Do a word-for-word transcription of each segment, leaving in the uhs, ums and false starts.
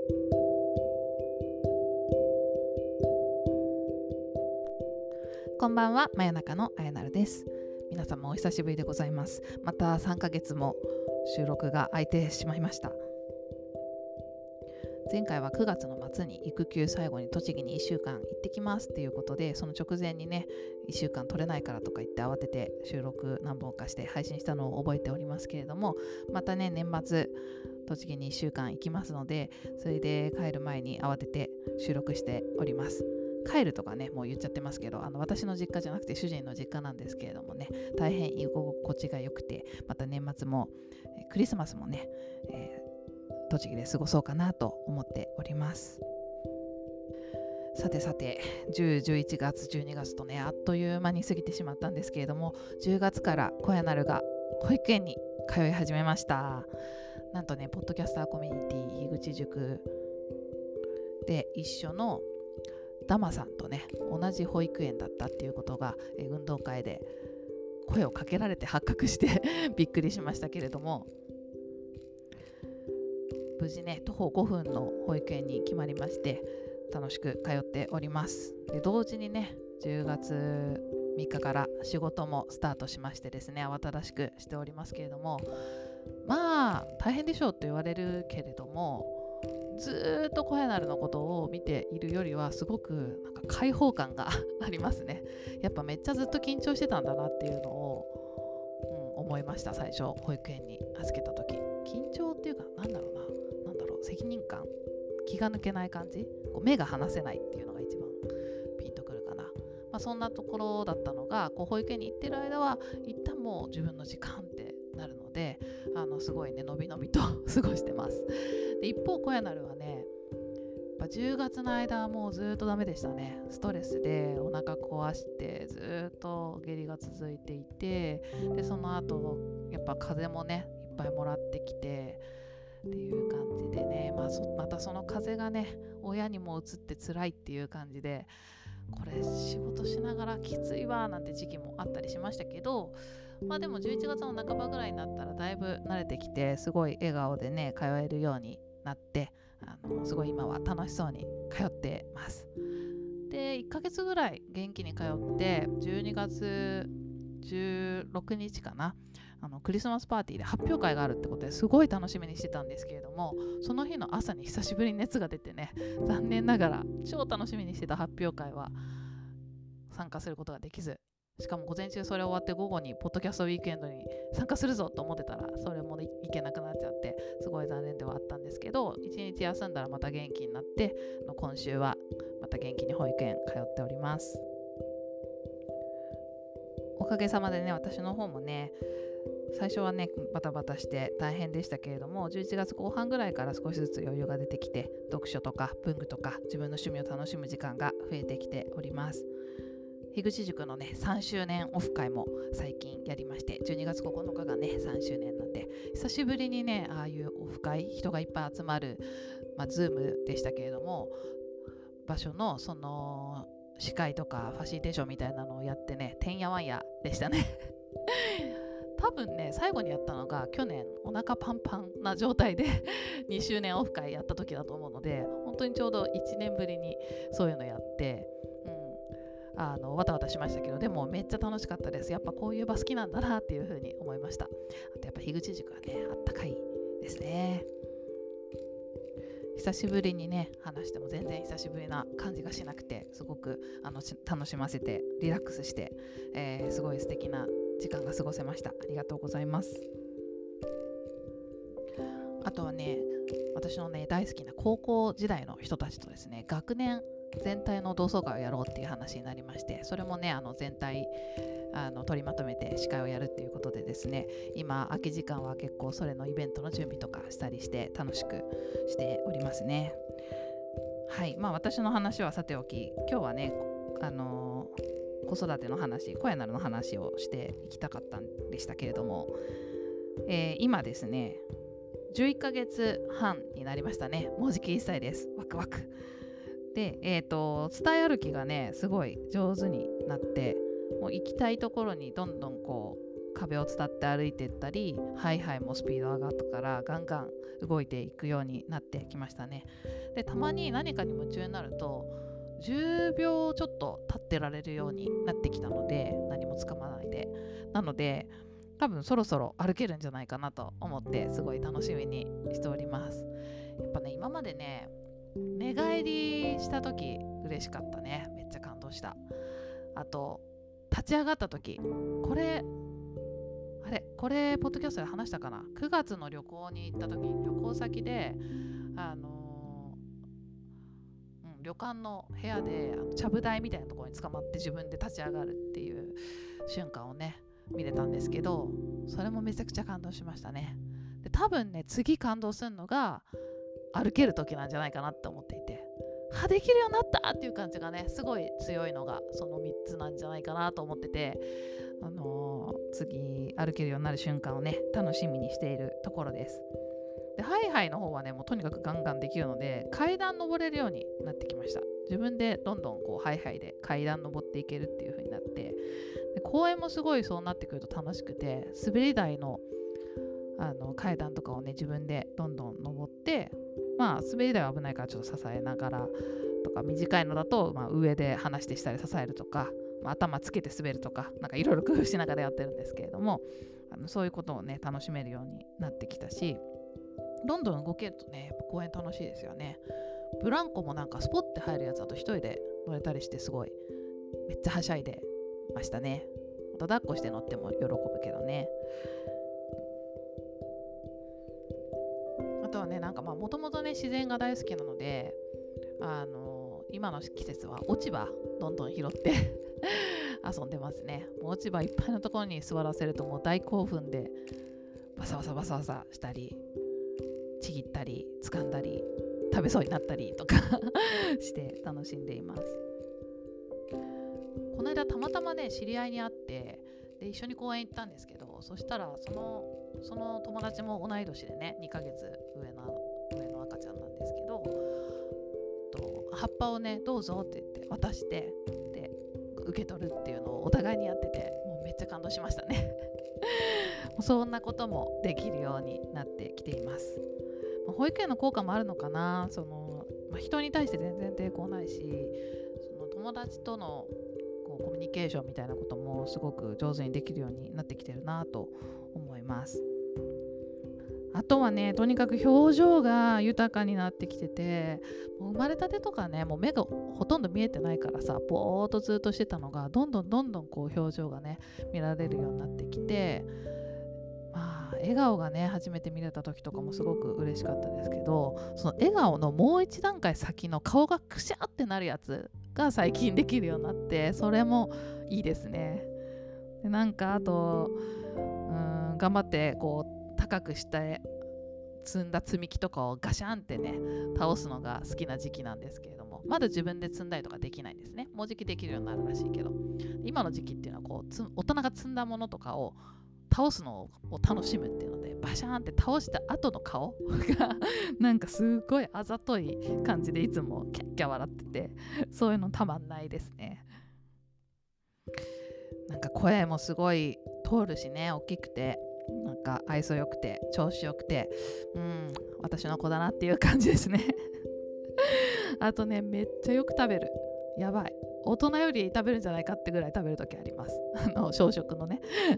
こんばんは、真夜中のあやなるです。皆様お久しぶりでございます。またさんかげつも収録が空いてしまいました。前回はくがつの末に育休最後に栃木にいっしゅうかん行ってきますっていうことで、その直前にねいっしゅうかん取れないからとか言って慌てて収録何本かして配信したのを覚えておりますけれども、またね年末栃木にいっしゅうかん行きますので、それで帰る前に慌てて収録しております。帰るとかねもう言っちゃってますけど、あの私の実家じゃなくて主人の実家なんですけれどもね、大変居心地が良くて、また年末もえクリスマスもね、えー、栃木で過ごそうかなと思っております。さてさてじゅう、じゅういちがつ、じゅうにがつとねあっという間に過ぎてしまったんですけれども、じゅうがつから小屋なるが保育園に通い始めました。なんとねポッドキャスターコミュニティ樋口塾で一緒のダマさんとね同じ保育園だったっていうことが、え運動会で声をかけられて発覚してびっくりしましたけれども、無事ね徒歩ごふんの保育園に決まりまして楽しく通っております。で同時にねじゅうがつみっかから仕事もスタートしましてですね、慌ただしくしておりますけれども、まあ大変でしょうと言われるけれども、ずっと小屋なるのことを見ているよりはすごくなんか開放感がありますね。やっぱめっちゃずっと緊張してたんだなっていうのを、うん、思いました。最初保育園に預けた時、緊張っていうかなんだろうななんだろう責任感、気が抜けない感じ、こう目が離せないっていうのが一番ピンとくるかな。まあ、そんなところだったのが、こう保育園に行ってる間は一旦もう自分の時間ってなるので、あのすごいねのびのびと過ごしてます。で一方小屋なるはね、やっぱじゅうがつの間はもうずっとダメでしたね。ストレスでお腹壊してずっと下痢が続いていて、でその後やっぱ風邪もねいっぱいもらってきてっていう感じでね、まあ、そまたその風邪がね親にも移って辛いっていう感じで、これ仕事しながらきついわなんて時期もあったりしましたけど、まあでもじゅういちがつの半ばぐらいになったらだいぶ慣れてきて、すごい笑顔でね通えるようになって、あのすごい今は楽しそうに通ってます。でいっかげつぐらい元気に通って、じゅうにがつじゅうろくにちかな、あのクリスマスパーティーで発表会があるってことですごい楽しみにしてたんですけれども、その日の朝に久しぶりに熱が出てね、残念ながら超楽しみにしてた発表会は参加することができず、しかも午前中それ終わって午後にポッドキャストウィークエンドに参加するぞと思ってたら、それもいけなくなっちゃってすごい残念ではあったんですけど、一日休んだらまた元気になって、今週はまた元気に保育園通っております。おかげさまでね私の方もね最初はねバタバタして大変でしたけれども、じゅういちがつこう半ぐらいから少しずつ余裕が出てきて、読書とか文具とか自分の趣味を楽しむ時間が増えてきております。樋口塾のねさんしゅうねんオフ会も最近やりまして、じゅうにがつここのかがねさんしゅうねんなんで、久しぶりにねああいうオフ会、人がいっぱい集まる、まあ、ズームでしたけれども場所のその司会とかファシリテーションみたいなのをやってね、てんやわんやでしたね多分ね最後にやったのが去年お腹パンパンな状態でにしゅうねんオフ会やった時だと思うので、本当にちょうどいちねんぶりにそういうのやって、うん、あのわたわたしましたけど、でもめっちゃ楽しかったです。やっぱこういう場好きなんだなっていう風に思いました。あとやっぱ樋口塾はねあったかいですね。久しぶりにね話しても全然久しぶりな感じがしなくて、すごくあの楽しませてリラックスして、えー、すごい素敵な時間が過ごせました。ありがとうございます。あとはね私のね大好きな高校時代の人たちとですね、学年全体の同窓会をやろうっていう話になりまして、それもねあの全体あの取りまとめて司会をやるっていうことでですね、今空き時間は結構それのイベントの準備とかしたりして楽しくしておりますね。はい、まあ私の話はさておき、今日はねあのー、子育ての話、小屋なるの話をしていきたかったんでしたけれども、えー、今ですねじゅういっかげつはんになりましたね。もうじきいっさいです。ワクワクで、えーと伝え歩きがねすごい上手になって、もう行きたいところにどんどんこう壁を伝って歩いていったり、ハイハイもスピード上がったからガンガン動いていくようになってきましたね。でたまに何かに夢中になるとじゅうびょうちょっと立ってられるようになってきたので、何もつかまないで、なので多分そろそろ歩けるんじゃないかなと思ってすごい楽しみにしております。やっぱね今までね寝返りした時嬉しかったね。めっちゃ感動した。あと立ち上がった時、これあれこれポッドキャストで話したかな。くがつの旅行に行った時に旅行先であのーうん、旅館の部屋であのちゃぶ台みたいなところに捕まって自分で立ち上がるっていう瞬間をね見れたんですけど、それもめちゃくちゃ感動しましたね。で多分ね次感動するのが歩ける時なんじゃないかなって思っていて、はできるようになったっていう感じがねすごい強いのがそのみっつなんじゃないかなと思ってて、あのー、次歩けるようになる瞬間をね楽しみにしているところです。でハイハイの方はねもうとにかくガンガンできるので階段登れるようになってきました。自分でどんどんこうハイハイで階段登っていけるっていう風になって、で公園もすごいそうなってくると楽しくて、滑り台のあの階段とかをね自分でどんどん登って、まあ滑り台は危ないからちょっと支えながらとか、短いのだと、まあ、上で離して下で支えるとか、まあ、頭つけて滑るとか、なんかいろいろ工夫しながらやってるんですけれども、あのそういうことをね楽しめるようになってきたし、どんどん動けるとねやっぱ公園楽しいですよね。ブランコもなんかスポッて入るやつだと一人で乗れたりして、すごいめっちゃはしゃいでましたね。あと抱っこして乗っても喜ぶけどね。あとはねなんかまあもともとね自然が大好きなので、あのー、今の季節は落ち葉どんどん拾って遊んでますね。もう落ち葉いっぱいのところに座らせるともう大興奮でバサバサバサバサしたりちぎったり掴んだり食べそうになったりとかして楽しんでいます。この間たまたまね知り合いに会ってで一緒に公園行ったんですけど、そしたらそのその友達も同い年でねにかげつ上の上の赤ちゃんなんですけど、えっと、葉っぱをねどうぞって言って渡してで受け取るっていうのをお互いにやってて、もうめっちゃ感動しましたねそんなこともできるようになってきています。保育園の効果もあるのかな。その、まあ、人に対して全然抵抗ないし、その友達とのこうコミュニケーションみたいなこともすごく上手にできるようになってきてるなと思います。あとはねとにかく表情が豊かになってきてて、もう生まれたてとかねもう目がほとんど見えてないからさ、ぼーっとずっとしてたのがどんどんどんどんこう表情がね見られるようになってきて、まあ笑顔がね初めて見れた時とかもすごく嬉しかったですけど、その笑顔のもう一段階先の顔がくしゃってなるやつが最近できるようになって、それもいいですね。でなんかあとうーん頑張ってこう高くして積んだ積み木とかをガシャンってね倒すのが好きな時期なんですけれども、まだ自分で積んだりとかできないんですね。もうじきできるようになるらしいけど、今の時期っていうのはこうつ大人が積んだものとかを倒すのを楽しむっていうので、バシャーンって倒した後の顔がなんかすごいあざとい感じでいつもキャッキャ笑ってて、そういうのたまんないですね。なんか声もすごい通るしね、大きくてなんか愛想よくて調子よくて、うん私の子だなっていう感じですねあとねめっちゃよく食べる。やばい、大人より食べるんじゃないかってぐらい食べるときありますあの小食のね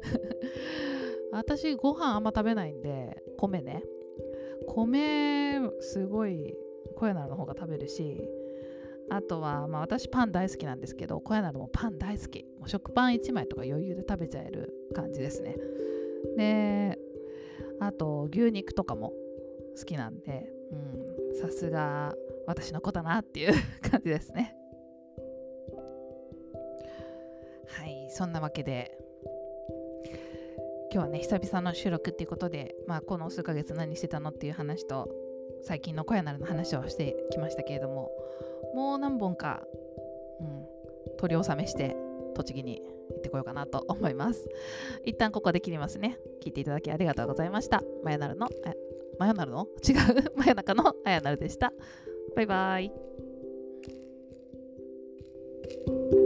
私ご飯あんま食べないんで、米ね米すごい小柳の方が食べるし、あとは、まあ、私パン大好きなんですけど、小柳もパン大好き。もう食パンいちまいとか余裕で食べちゃえる感じですね。であと牛肉とかも好きなんで、うん、さすが私の子だなっていう感じですね。はい、そんなわけで今日はね久々の収録っていうことで、まあ、この数ヶ月何してたのっていう話と最近の小柳の話をしてきましたけれども、もう何本か、うん、取り納めして栃木に行ってこようかなと思います。一旦ここで切りますね。聞いていただきありがとうございました。まやなるのまやなるの違うまやなかのあやなるでした。バイバイ。